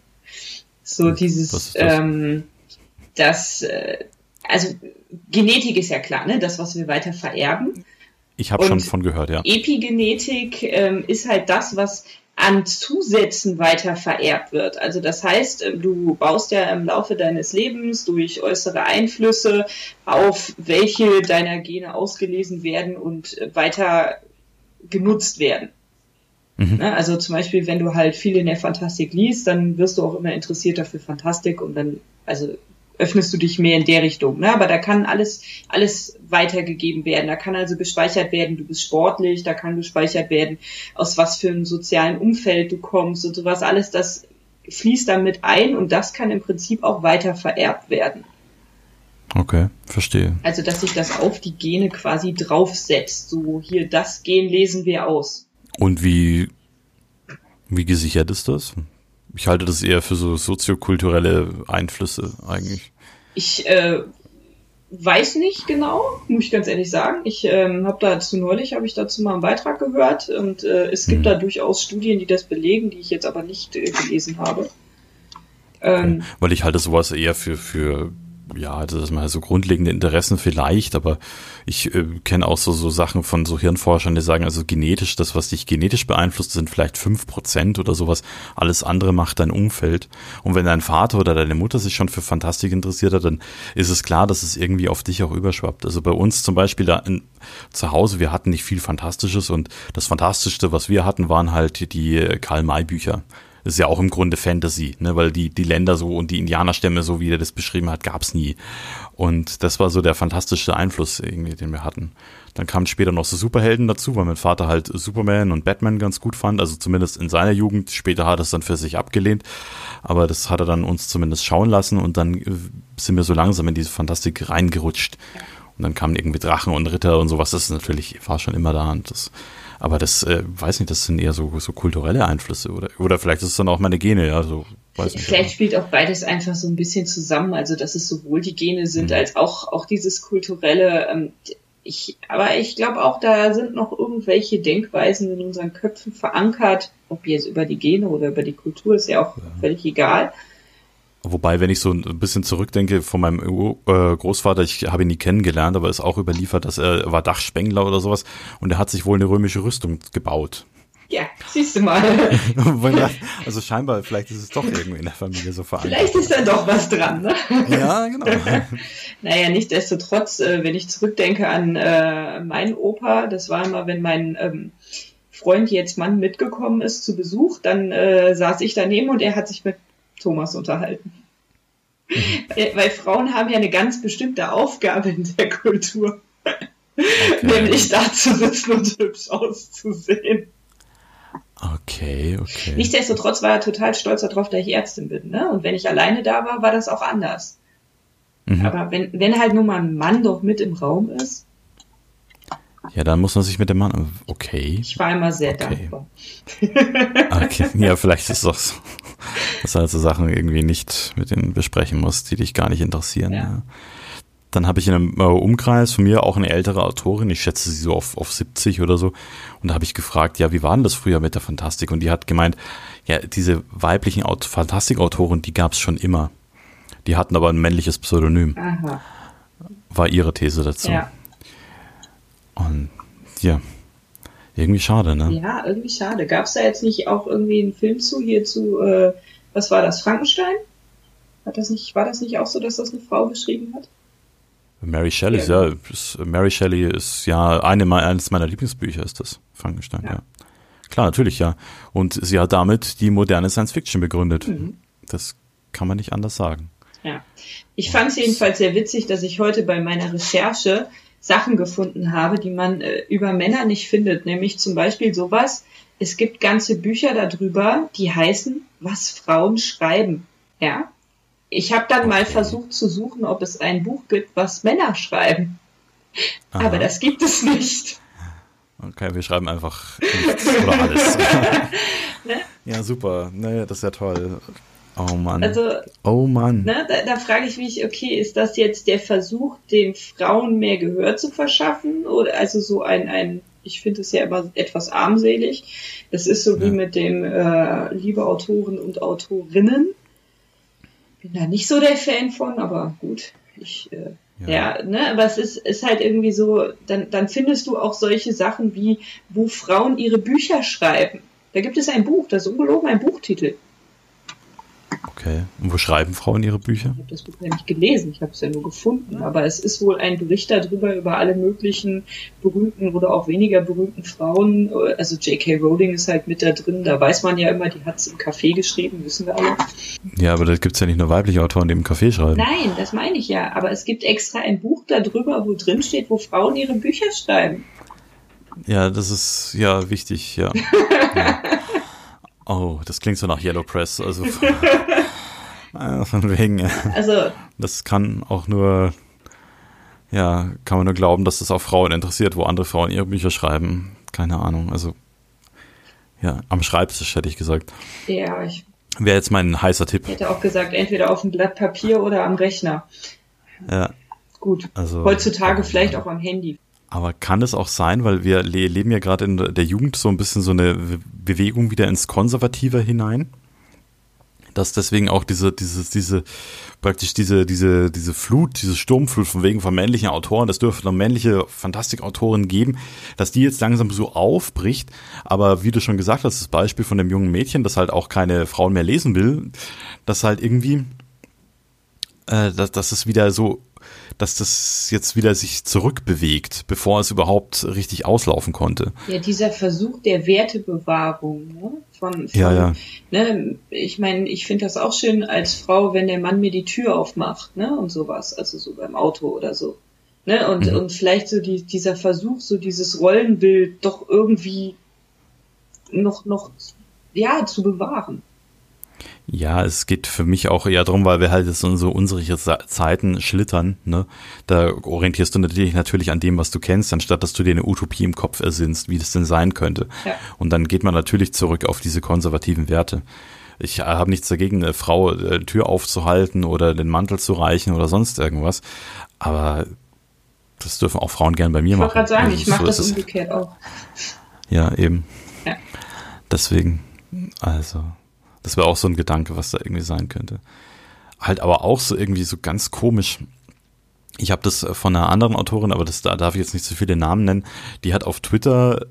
So dieses, das? ähm, das, äh, also Genetik ist ja klar, ne, das, was wir weiter vererben. Ich habe schon von gehört, ja. Epigenetik ähm, ist halt das, was an Zusätzen weiter vererbt wird. Also das heißt, du baust ja im Laufe deines Lebens durch äußere Einflüsse auf, welche deiner Gene ausgelesen werden und weiter genutzt werden. Mhm. Also zum Beispiel, wenn du halt viel in der Fantastik liest, dann wirst du auch immer interessierter für Fantastik und dann, also öffnest du dich mehr in der Richtung. Ne? Aber da kann alles, alles weitergegeben werden. Da kann also gespeichert werden, du bist sportlich, da kann gespeichert werden, aus was für einem sozialen Umfeld du kommst und sowas. Alles das fließt dann mit ein und das kann im Prinzip auch weiter vererbt werden. Okay, verstehe. Also, dass sich das auf die Gene quasi draufsetzt. So, hier, das Gen lesen wir aus. Und wie, wie gesichert ist das? Ich halte das eher für so soziokulturelle Einflüsse eigentlich. Ich äh, weiß nicht genau, muss ich ganz ehrlich sagen. Ich ähm, habe dazu neulich, habe ich dazu mal einen Beitrag gehört und äh, es gibt hm. da durchaus Studien, die das belegen, die ich jetzt aber nicht äh, gelesen habe. Ähm, okay. Weil ich halte sowas eher für, für ja, das ist mal so grundlegende Interessen vielleicht, aber ich äh, kenne auch so so Sachen von so Hirnforschern, die sagen, also genetisch, das, was dich genetisch beeinflusst, sind vielleicht fünf Prozent oder sowas. Alles andere macht dein Umfeld. Und wenn dein Vater oder deine Mutter sich schon für Fantastik interessiert hat, dann ist es klar, dass es irgendwie auf dich auch überschwappt. Also bei uns zum Beispiel da in, zu Hause, wir hatten nicht viel Fantastisches und das Fantastischste, was wir hatten, waren halt die Karl-May-Bücher. Das ist ja auch im Grunde Fantasy, ne, weil die die Länder so und die Indianerstämme, so wie er das beschrieben hat, gab's nie. Und das war so der fantastische Einfluss irgendwie, den wir hatten. Dann kamen später noch so Superhelden dazu, weil mein Vater halt Superman und Batman ganz gut fand, also zumindest in seiner Jugend. Später hat er es dann für sich abgelehnt, aber das hat er dann uns zumindest schauen lassen und dann sind wir so langsam in diese Fantastik reingerutscht. Und dann kamen irgendwie Drachen und Ritter und sowas, das ist natürlich, war schon immer da und das. Aber das, äh, weiß nicht, das sind eher so, so kulturelle Einflüsse oder, oder vielleicht ist es dann auch meine Gene, ja, so, weiß nicht. Vielleicht spielt auch beides einfach so ein bisschen zusammen, also dass es sowohl die Gene sind, mhm. als auch, auch dieses kulturelle, ähm, ich, aber ich glaube auch, da sind noch irgendwelche Denkweisen in unseren Köpfen verankert, ob jetzt über die Gene oder über die Kultur, ist ja auch ja. völlig egal. Wobei, wenn ich so ein bisschen zurückdenke von meinem äh, Großvater, ich habe ihn nie kennengelernt, aber ist auch überliefert, dass er, er war Dachspengler oder sowas und er hat sich wohl eine römische Rüstung gebaut. Ja, siehst du mal. Also scheinbar, vielleicht ist es doch irgendwie in der Familie so verankert. Vielleicht ist da doch was dran, ne? Ja, genau. Naja, nichtsdestotrotz, äh, wenn ich zurückdenke an äh, meinen Opa, das war immer, wenn mein ähm, Freund, jetzt Mann, mitgekommen ist zu Besuch, dann äh, saß ich daneben und er hat sich mit Thomas unterhalten. Mhm. Weil, weil Frauen haben ja eine ganz bestimmte Aufgabe in der Kultur. Okay. Nämlich da zu sitzen und hübsch auszusehen. Okay, okay. Nichtsdestotrotz war er total stolz darauf, dass ich Ärztin bin. Ne? Und wenn ich alleine da war, war das auch anders. Mhm. Aber wenn, wenn halt nur mal ein Mann doch mit im Raum ist. Ja, dann muss man sich mit dem Mann... Okay. Ich war immer sehr okay. dankbar. Okay, ja, vielleicht ist es doch so, dass du halt so Sachen irgendwie nicht mit denen besprechen musst, die dich gar nicht interessieren. Ja. Ja. Dann habe ich in einem äh, Umkreis von mir auch eine ältere Autorin, ich schätze sie so auf, auf siebzig oder so, und da habe ich gefragt, ja, wie war denn das früher mit der Fantastik? Und die hat gemeint, ja, diese weiblichen Aut- Fantastikautoren, die gab es schon immer. Die hatten aber ein männliches Pseudonym. Aha. War ihre These dazu. Ja. Und ja, irgendwie schade, ne? Ja, irgendwie schade. Gab es da jetzt nicht auch irgendwie einen Film zu, hier zu, äh, was war das, Frankenstein? Hat das nicht, war das nicht auch so, dass das eine Frau geschrieben hat? Mary Shelley, ja. ja ist, Mary Shelley ist ja eine, eines meiner Lieblingsbücher, ist das, Frankenstein, ja. ja. Klar, natürlich, ja. Und sie hat damit die moderne Science-Fiction begründet. Mhm. Das kann man nicht anders sagen. Ja. Ich fand es jedenfalls sehr witzig, dass ich heute bei meiner Recherche Sachen gefunden habe, die man äh, über Männer nicht findet, nämlich zum Beispiel sowas, es gibt ganze Bücher darüber, die heißen, was Frauen schreiben, ja, Ich habe dann okay. mal versucht zu suchen, ob es ein Buch gibt, was Männer schreiben. Aha. Aber das gibt es nicht. Okay, wir schreiben einfach nichts oder alles. Ne? Ja, super. Naja, das ist ja toll. Oh Mann. Also, oh Mann. Ne, da, da frage ich mich, okay, ist das jetzt der Versuch, den Frauen mehr Gehör zu verschaffen? Oder also so ein, ein ich finde es ja immer etwas armselig. Das ist so wie ja. mit dem äh, liebe Autoren und Autorinnen. Bin da nicht so der Fan von, aber gut. Ich, äh, ja. ja, ne, aber es ist, ist halt irgendwie so, dann, dann findest du auch solche Sachen wie, wo Frauen ihre Bücher schreiben. Da gibt es ein Buch, das ist ungelogen ein Buchtitel. Okay. Und wo schreiben Frauen ihre Bücher? Ich habe das Buch ja nicht gelesen, ich habe es ja nur gefunden. Aber es ist wohl ein Bericht darüber, über alle möglichen berühmten oder auch weniger berühmten Frauen. Also J K Rowling ist halt mit da drin. Da weiß man ja immer, die hat es im Café geschrieben, wissen wir alle. Ja, aber da gibt es ja nicht nur weibliche Autoren, die im Café schreiben. Nein, das meine ich ja. Aber es gibt extra ein Buch darüber, wo drin steht, wo Frauen ihre Bücher schreiben. Ja, das ist ja wichtig, ja. ja. Oh, das klingt so nach Yellow Press, also von, von wegen. Also, das kann auch nur, ja, kann man nur glauben, dass das auch Frauen interessiert, wo andere Frauen ihre Bücher schreiben. Keine Ahnung, also, ja, am Schreibtisch hätte ich gesagt. Ja, ich. Wäre jetzt mein heißer Tipp. Ich hätte auch gesagt, entweder auf dem Blatt Papier oder am Rechner. Ja. Gut. Also, heutzutage vielleicht auch am Handy. Aber kann es auch sein, weil wir leben ja gerade in der Jugend so ein bisschen so eine Bewegung wieder ins Konservative hinein, dass deswegen auch diese, diese, diese, praktisch diese, diese, diese Flut, diese Sturmflut von wegen von männlichen Autoren, das dürfte noch männliche Fantastikautoren geben, dass die jetzt langsam so aufbricht. Aber wie du schon gesagt hast, das Beispiel von dem jungen Mädchen, das halt auch keine Frauen mehr lesen will, dass halt irgendwie, äh, dass, dass es wieder so, dass das jetzt wieder sich zurückbewegt, bevor es überhaupt richtig auslaufen konnte. Ja, dieser Versuch der Wertebewahrung, ne? Von, von ja, ja. Ne, ich meine, ich finde das auch schön als Frau, wenn der Mann mir die Tür aufmacht, ne, und sowas, also so beim Auto oder so, ne, und mhm. und vielleicht so die, dieser Versuch, so dieses Rollenbild doch irgendwie noch noch ja zu bewahren. Ja, es geht für mich auch eher darum, weil wir halt jetzt in so unsere Zeiten schlittern, ne? Da orientierst du natürlich natürlich an dem, was du kennst, anstatt dass du dir eine Utopie im Kopf ersinnst, wie das denn sein könnte. Ja. Und dann geht man natürlich zurück auf diese konservativen Werte. Ich habe nichts dagegen, eine Frau äh, Tür aufzuhalten oder den Mantel zu reichen oder sonst irgendwas, aber das dürfen auch Frauen gern bei mir machen. Ich wollte gerade sagen, also, ich mache so das umgekehrt auch. Ja, eben. Ja. Deswegen, also... Das wäre auch so ein Gedanke, was da irgendwie sein könnte. Halt aber auch so irgendwie so ganz komisch. Ich habe das von einer anderen Autorin, aber das da darf ich jetzt nicht so viele Namen nennen. Die hat auf Twitter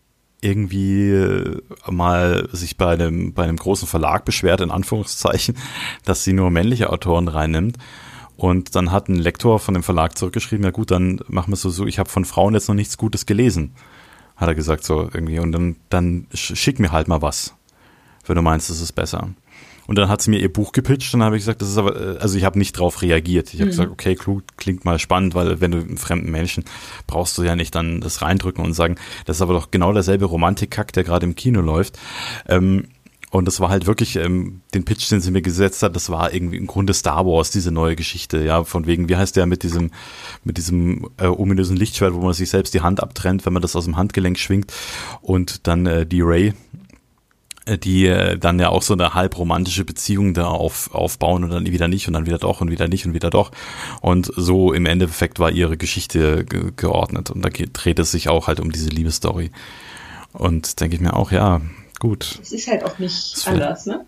irgendwie mal sich bei einem bei einem großen Verlag beschwert, in Anführungszeichen, dass sie nur männliche Autoren reinnimmt. Und dann hat ein Lektor von dem Verlag zurückgeschrieben, ja gut, dann machen wir es so, so ich habe von Frauen jetzt noch nichts Gutes gelesen, hat er gesagt so irgendwie. Und dann, dann schick mir halt mal was, wenn du meinst, das ist besser. Und dann hat sie mir ihr Buch gepitcht und dann habe ich gesagt, das ist aber, also ich habe nicht drauf reagiert. Ich habe mhm. gesagt, okay, klingt mal spannend, weil wenn du einen fremden Menschen brauchst du ja nicht dann das reindrücken und sagen, das ist aber doch genau derselbe Romantikkack, der gerade im Kino läuft. Ähm, und das war halt wirklich, ähm, den Pitch, den sie mir gesetzt hat, das war irgendwie im Grunde Star Wars, diese neue Geschichte, ja, von wegen, wie heißt der mit diesem, mit diesem äh, ominösen Lichtschwert, wo man sich selbst die Hand abtrennt, wenn man das aus dem Handgelenk schwingt und dann äh, die Rey, die dann ja auch so eine halb romantische Beziehung da auf, aufbauen und dann wieder nicht und dann wieder doch und wieder nicht und wieder doch. Und so im Endeffekt war ihre Geschichte ge- geordnet und da geht, dreht es sich auch halt um diese Liebesstory. Und denke ich mir auch, ja, gut. Es ist halt auch nicht anders, ne?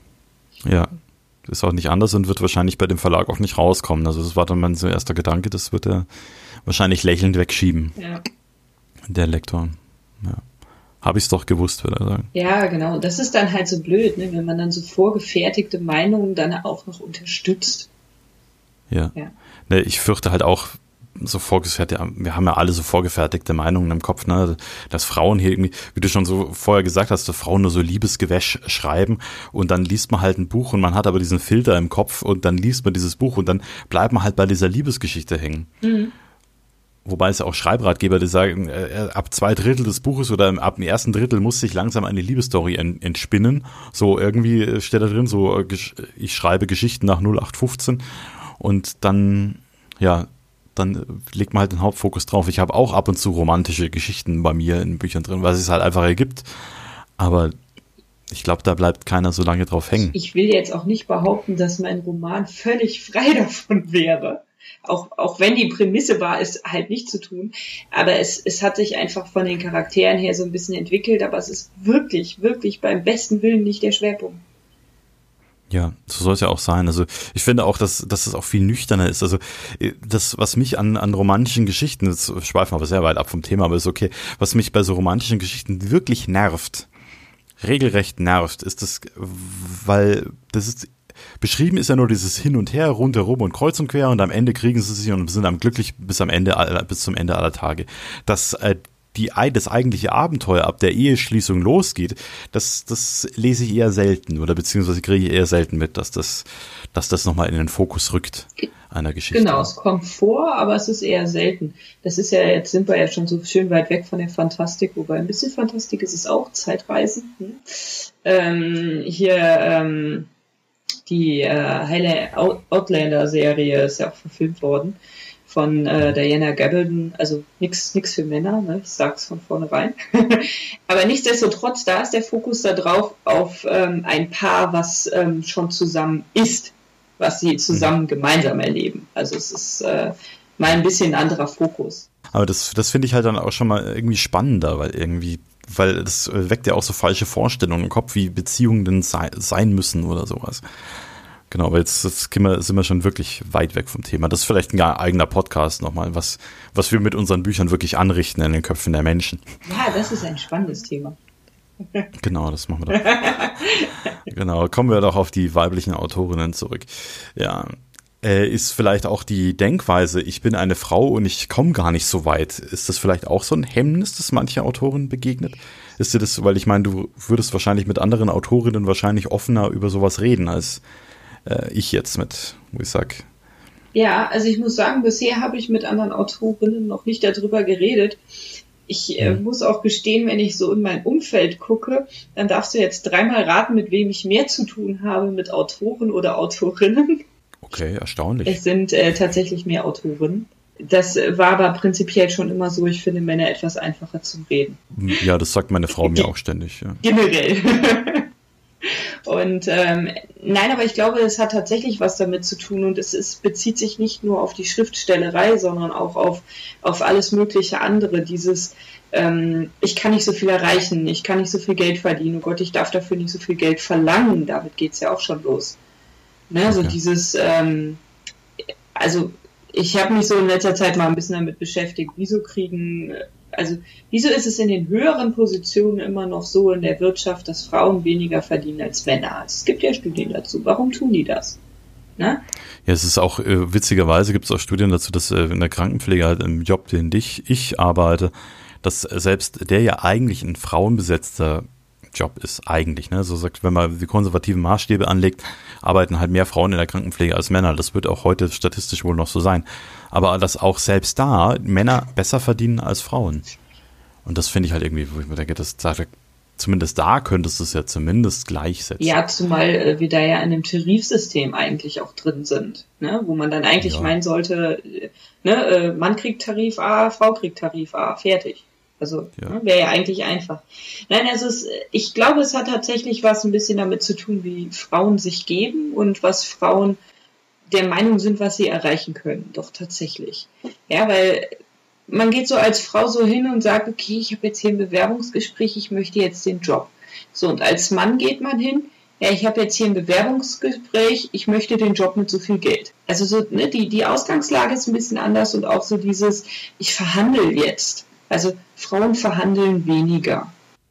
Ja, ist auch nicht anders und wird wahrscheinlich bei dem Verlag auch nicht rauskommen. Also das war dann mein so erster Gedanke, das wird er wahrscheinlich lächelnd wegschieben. Ja. Der Lektor, ja. Habe ich es doch gewusst, würde er sagen. Ja, genau. Das ist dann halt so blöd, ne? Wenn man dann so vorgefertigte Meinungen dann auch noch unterstützt. Ja. ja. Ne, ich fürchte halt auch, so vorgefertigt, wir haben ja alle so vorgefertigte Meinungen im Kopf, ne, dass Frauen hier irgendwie, wie du schon so vorher gesagt hast, dass Frauen nur so Liebesgewäsch schreiben und dann liest man halt ein Buch und man hat aber diesen Filter im Kopf und dann liest man dieses Buch und dann bleibt man halt bei dieser Liebesgeschichte hängen. Mhm. wobei es auch Schreibratgeber, die sagen, äh, ab zwei Drittel des Buches oder ab dem ersten Drittel muss sich langsam eine Liebesstory ent, entspinnen. So irgendwie steht da drin, so ich schreibe Geschichten nach null acht fünfzehn und dann, ja, dann legt man halt den Hauptfokus drauf. Ich habe auch ab und zu romantische Geschichten bei mir in Büchern drin, weil es halt einfach ergibt. Aber ich glaube, da bleibt keiner so lange drauf hängen. Ich will jetzt auch nicht behaupten, dass mein Roman völlig frei davon wäre. Auch, auch wenn die Prämisse war, es halt nicht zu tun. Aber es, es hat sich einfach von den Charakteren her so ein bisschen entwickelt. Aber es ist wirklich, wirklich beim besten Willen nicht der Schwerpunkt. Ja, so soll es ja auch sein. Also ich finde auch, dass, dass es auch viel nüchterner ist. Also das, was mich an, an romantischen Geschichten, jetzt schweifen wir aber sehr weit ab vom Thema, aber ist okay, was mich bei so romantischen Geschichten wirklich nervt, regelrecht nervt, ist das, weil das ist, beschrieben ist ja nur dieses Hin und Her, rundherum und kreuz und quer und am Ende kriegen sie sich und sind am glücklich bis am Ende, bis zum Ende aller Tage. Dass äh, die, das eigentliche Abenteuer ab der Eheschließung losgeht, das, das lese ich eher selten oder beziehungsweise kriege ich eher selten mit, dass das, dass das nochmal in den Fokus rückt einer Geschichte. Genau, es kommt vor, aber es ist eher selten. Das ist ja, jetzt sind wir ja schon so schön weit weg von der Fantastik, wobei ein bisschen Fantastik ist es auch, Zeitreisen. Hm. Ähm, hier, ähm, die äh, heile Outlander-Serie ist ja auch verfilmt worden von äh, Diana Gabaldon, also nix nix für Männer, ne? Ich sag's von vornherein. Aber nichtsdestotrotz, da ist der Fokus da drauf auf ähm, ein Paar, was ähm, schon zusammen ist, was sie zusammen gemeinsam erleben. Also es ist äh, mal ein bisschen ein anderer Fokus. Aber das, das finde ich halt dann auch schon mal irgendwie spannender, weil irgendwie weil das weckt ja auch so falsche Vorstellungen im Kopf, wie Beziehungen denn sei, sein müssen oder sowas. Genau, aber jetzt, jetzt sind, wir, sind wir schon wirklich weit weg vom Thema. Das ist vielleicht ein eigener Podcast nochmal, was, was wir mit unseren Büchern wirklich anrichten in den Köpfen der Menschen. Ja, das ist ein spannendes Thema. Genau, das machen wir doch. Genau, kommen wir doch auf die weiblichen Autorinnen zurück. Ja, äh, ist vielleicht auch die Denkweise, ich bin eine Frau und ich komme gar nicht so weit. Ist das vielleicht auch so ein Hemmnis, das manche Autorinnen begegnet? Ist dir das, weil ich meine, du würdest wahrscheinlich mit anderen Autorinnen wahrscheinlich offener über sowas reden, als äh, ich jetzt mit, wo ich sag. Ja, also ich muss sagen, bisher habe ich mit anderen Autorinnen noch nicht darüber geredet. Ich äh, hm. muss auch gestehen, wenn ich so in mein Umfeld gucke, dann darfst du jetzt dreimal raten, mit wem ich mehr zu tun habe, mit Autoren oder Autorinnen. Okay, erstaunlich. Es sind äh, tatsächlich mehr Autorinnen. Das war aber prinzipiell schon immer so, ich finde Männer etwas einfacher zum Reden. Ja, das sagt meine Frau mir auch ständig. Ja. Generell. Und ähm, nein, aber ich glaube, es hat tatsächlich was damit zu tun und es ist, bezieht sich nicht nur auf die Schriftstellerei, sondern auch auf, auf alles mögliche andere. Dieses, ähm, ich kann nicht so viel erreichen, ich kann nicht so viel Geld verdienen, oh Gott, ich darf dafür nicht so viel Geld verlangen, damit geht's ja auch schon los. Ne, so okay. Dieses, ähm, also ich habe mich so in letzter Zeit mal ein bisschen damit beschäftigt, wieso kriegen, also wieso ist es in den höheren Positionen immer noch so in der Wirtschaft, dass Frauen weniger verdienen als Männer? Es gibt ja Studien dazu. Warum tun die das? Ne? Ja, es ist auch, äh, witzigerweise gibt es auch Studien dazu, dass äh, in der Krankenpflege halt im Job, den ich, ich arbeite, dass selbst der ja eigentlich ein frauenbesetzter Job ist eigentlich, ne? So sagt, wenn man die konservativen Maßstäbe anlegt, arbeiten halt mehr Frauen in der Krankenpflege als Männer. Das wird auch heute statistisch wohl noch so sein. Aber dass auch selbst da Männer besser verdienen als Frauen. Und das finde ich halt irgendwie, wo ich mir denke, das zumindest da könntest du es ja zumindest gleichsetzen. Ja, zumal äh, wir da ja in einem Tarifsystem eigentlich auch drin sind, ne? Wo man dann eigentlich ja. meinen sollte, ne, äh, Mann kriegt Tarif A, Frau kriegt Tarif A, fertig. Also ja. ne, wäre ja eigentlich einfach. Nein, also es, ich glaube, es hat tatsächlich was ein bisschen damit zu tun, wie Frauen sich geben und was Frauen der Meinung sind, was sie erreichen können. Doch tatsächlich. Ja, weil man geht so als Frau so hin und sagt, okay, ich habe jetzt hier ein Bewerbungsgespräch, ich möchte jetzt den Job. So, und als Mann geht man hin, ja, ich habe jetzt hier ein Bewerbungsgespräch, ich möchte den Job mit so viel Geld. Also so, ne, die, die Ausgangslage ist ein bisschen anders und auch so dieses, ich verhandle jetzt. Also Frauen verhandeln weniger.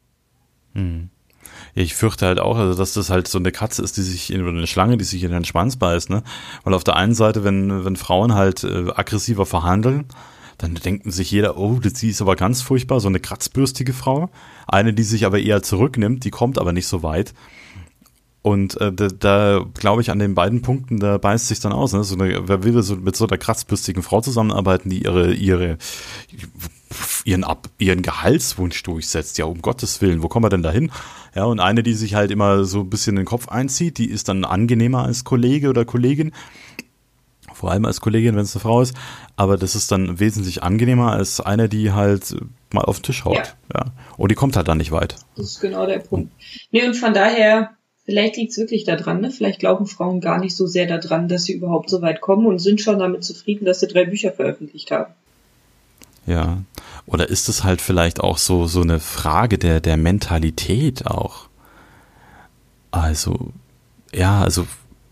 Hm. Ja, ich fürchte halt auch, also dass das halt so eine Katze ist, die sich in, oder eine Schlange, die sich in den Schwanz beißt, ne? Weil auf der einen Seite, wenn, wenn Frauen halt äh, aggressiver verhandeln, dann denkt sich jeder, oh, sie ist aber ganz furchtbar, so eine kratzbürstige Frau. Eine, die sich aber eher zurücknimmt, die kommt aber nicht so weit. Und äh, da, da glaube ich, an den beiden Punkten, da beißt sich dann aus. Ne? So eine, wer will so mit so einer kratzbürstigen Frau zusammenarbeiten, die ihre, ihre, ihren, Ab, ihren Gehaltswunsch durchsetzt? Ja, um Gottes Willen, wo kommen wir denn da hin? Ja, und eine, die sich halt immer so ein bisschen den Kopf einzieht, die ist dann angenehmer als Kollege oder Kollegin. Vor allem als Kollegin, wenn es eine Frau ist. Aber das ist dann wesentlich angenehmer als eine, die halt mal auf den Tisch haut. Ja. Ja. Und die kommt halt dann nicht weit. Das ist genau der Punkt. Nee, und von daher, vielleicht liegt es wirklich daran, ne? Vielleicht glauben Frauen gar nicht so sehr daran, dass sie überhaupt so weit kommen und sind schon damit zufrieden, dass sie drei Bücher veröffentlicht haben. Ja. Oder ist es halt vielleicht auch so, so eine Frage der, der Mentalität auch? Also, ja, also,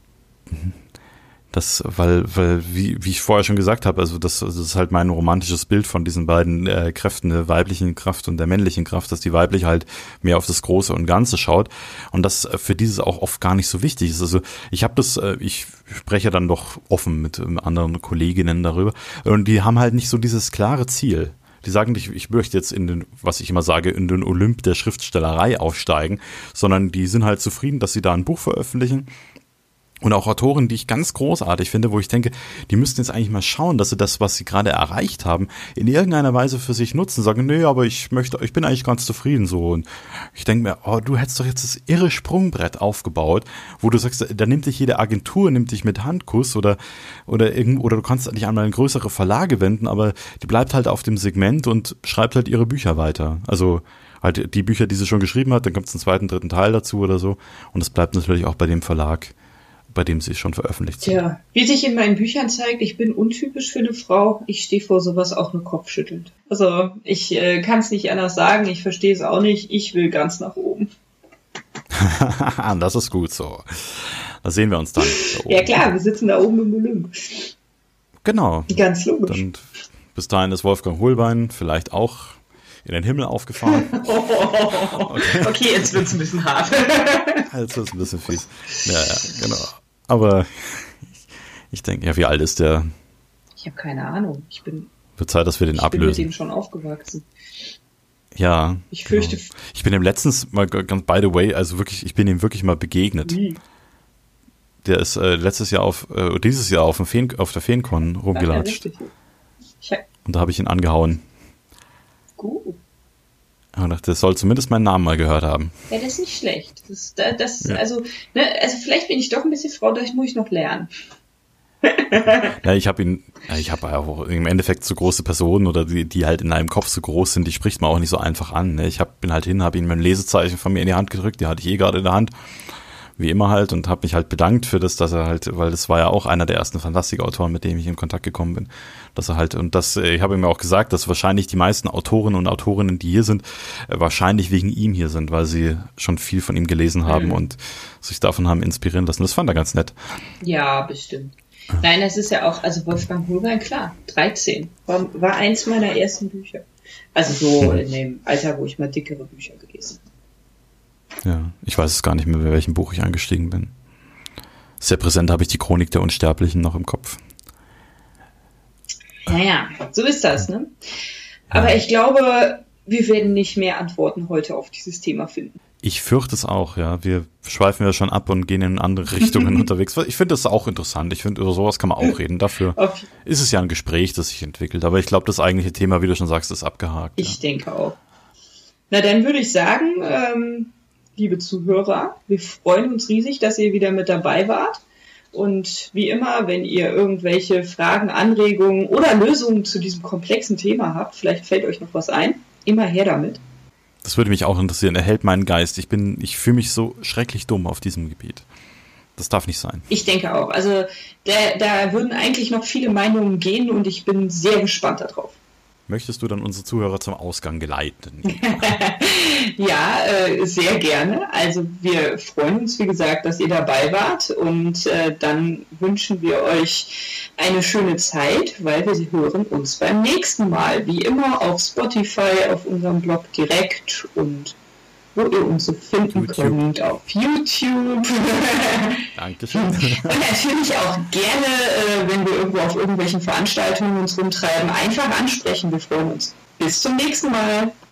das, weil, weil, wie, wie ich vorher schon gesagt habe, also das, das ist halt mein romantisches Bild von diesen beiden äh, Kräften, der weiblichen Kraft und der männlichen Kraft, dass die weibliche halt mehr auf das Große und Ganze schaut und das für dieses auch oft gar nicht so wichtig ist. Also ich habe das, äh, ich spreche dann doch offen mit äh, anderen Kolleginnen darüber und die haben halt nicht so dieses klare Ziel. Die sagen nicht, ich möchte jetzt in den, was ich immer sage, in den Olymp der Schriftstellerei aufsteigen, sondern die sind halt zufrieden, dass sie da ein Buch veröffentlichen. Und auch Autoren, die ich ganz großartig finde, wo ich denke, die müssten jetzt eigentlich mal schauen, dass sie das, was sie gerade erreicht haben, in irgendeiner Weise für sich nutzen. Sagen, nee, aber ich möchte, ich bin eigentlich ganz zufrieden so. Und ich denke mir, oh, du hättest doch jetzt das irre Sprungbrett aufgebaut, wo du sagst, da nimmt dich jede Agentur, nimmt dich mit Handkuss oder, oder irgend, oder du kannst dich einmal in größere Verlage wenden, aber die bleibt halt auf dem Segment und schreibt halt ihre Bücher weiter. Also, halt die Bücher, die sie schon geschrieben hat, dann kommt es einen zweiten, dritten Teil dazu oder so. Und das bleibt natürlich auch bei dem Verlag, bei dem sie schon veröffentlicht sind. Tja, wie sich in meinen Büchern zeigt, ich bin untypisch für eine Frau. Ich stehe vor sowas auch nur kopfschüttelnd. Also ich äh, kann es nicht anders sagen, ich verstehe es auch nicht. Ich will ganz nach oben. Das ist gut so. Da sehen wir uns dann. Da ja klar, wir sitzen da oben im Olymp. Genau. Ganz logisch. Und bis dahin ist Wolfgang Hohlbein vielleicht auch in den Himmel aufgefahren. Okay, okay, jetzt wird's ein bisschen hart. Jetzt wird's ein bisschen fies. Ja, ja, genau. Aber ich, ich denke, ja, wie alt ist der? Ich habe keine Ahnung. Ich bin. Wird Zeit, dass wir den ich ablösen. Ich bin mit ihm schon aufgewachsen. Ja. Ich fürchte. Genau. Ich bin ihm letztens mal ganz by the way, also wirklich, ich bin ihm wirklich mal begegnet. Wie? Der ist äh, letztes Jahr auf, äh, dieses Jahr auf, dem Feen, auf der Feencon rumgelatscht. Ja, und da habe ich ihn angehauen. Gut. Ich dachte, der soll zumindest meinen Namen mal gehört haben. Ja, das ist nicht schlecht. Das, das, das ja. also, ne, also vielleicht bin ich doch ein bisschen Frau, das muss ich noch lernen. Ja, ich habe ihn, ich habe auch im Endeffekt so große Personen oder die, die halt in einem Kopf so groß sind, die spricht man auch nicht so einfach an. Ne? Ich hab, bin halt hin, habe ihm mein Lesezeichen von mir in die Hand gedrückt, die hatte ich eh gerade in der Hand, wie immer halt, und habe mich halt bedankt für das, dass er halt, weil das war ja auch einer der ersten Fantastikautoren, mit dem ich in Kontakt gekommen bin, dass er halt, und das, ich habe ihm ja auch gesagt, dass wahrscheinlich die meisten Autorinnen und Autorinnen, die hier sind, wahrscheinlich wegen ihm hier sind, weil sie schon viel von ihm gelesen haben mhm. und sich davon haben inspirieren lassen. Das fand er ganz nett. Ja, bestimmt. Nein, das ist ja auch, also Wolfgang Hohlbein, klar, dreizehn, war, war eins meiner ersten Bücher. Also so in dem Alter, wo ich mal dickere Bücher gelesen habe. Ja, ich weiß es gar nicht mehr, bei welchem Buch ich eingestiegen bin. Sehr präsent habe ich die Chronik der Unsterblichen noch im Kopf. Naja, so ist das, ne? Aber ja. Ich glaube, wir werden nicht mehr Antworten heute auf dieses Thema finden. Ich fürchte es auch, ja. Wir schweifen ja schon ab und gehen in andere Richtungen unterwegs. Ich finde das auch interessant. Ich finde, über sowas kann man auch reden. Dafür okay. ist es ja ein Gespräch, das sich entwickelt. Aber ich glaube, das eigentliche Thema, wie du schon sagst, ist abgehakt. Ich ja. denke auch. Na, dann würde ich sagen, ähm, liebe Zuhörer, wir freuen uns riesig, dass ihr wieder mit dabei wart. Und wie immer, wenn ihr irgendwelche Fragen, Anregungen oder Lösungen zu diesem komplexen Thema habt, vielleicht fällt euch noch was ein, immer her damit. Das würde mich auch interessieren. Erhält meinen Geist. Ich bin, ich fühle mich so schrecklich dumm auf diesem Gebiet. Das darf nicht sein. Ich denke auch. Also da, da würden eigentlich noch viele Meinungen gehen und ich bin sehr gespannt darauf. Möchtest du dann unsere Zuhörer zum Ausgang geleiten? Ja, äh, sehr gerne. Also wir freuen uns, wie gesagt, dass ihr dabei wart und äh, dann wünschen wir euch eine schöne Zeit, weil wir sie hören uns beim nächsten Mal, wie immer auf Spotify, auf unserem Blog direkt und wo ihr uns so finden YouTube. könnt, auf YouTube. Dankeschön. Und natürlich auch gerne, äh, wenn wir irgendwo auf irgendwelchen Veranstaltungen uns rumtreiben, einfach ansprechen. Wir freuen uns. Bis zum nächsten Mal.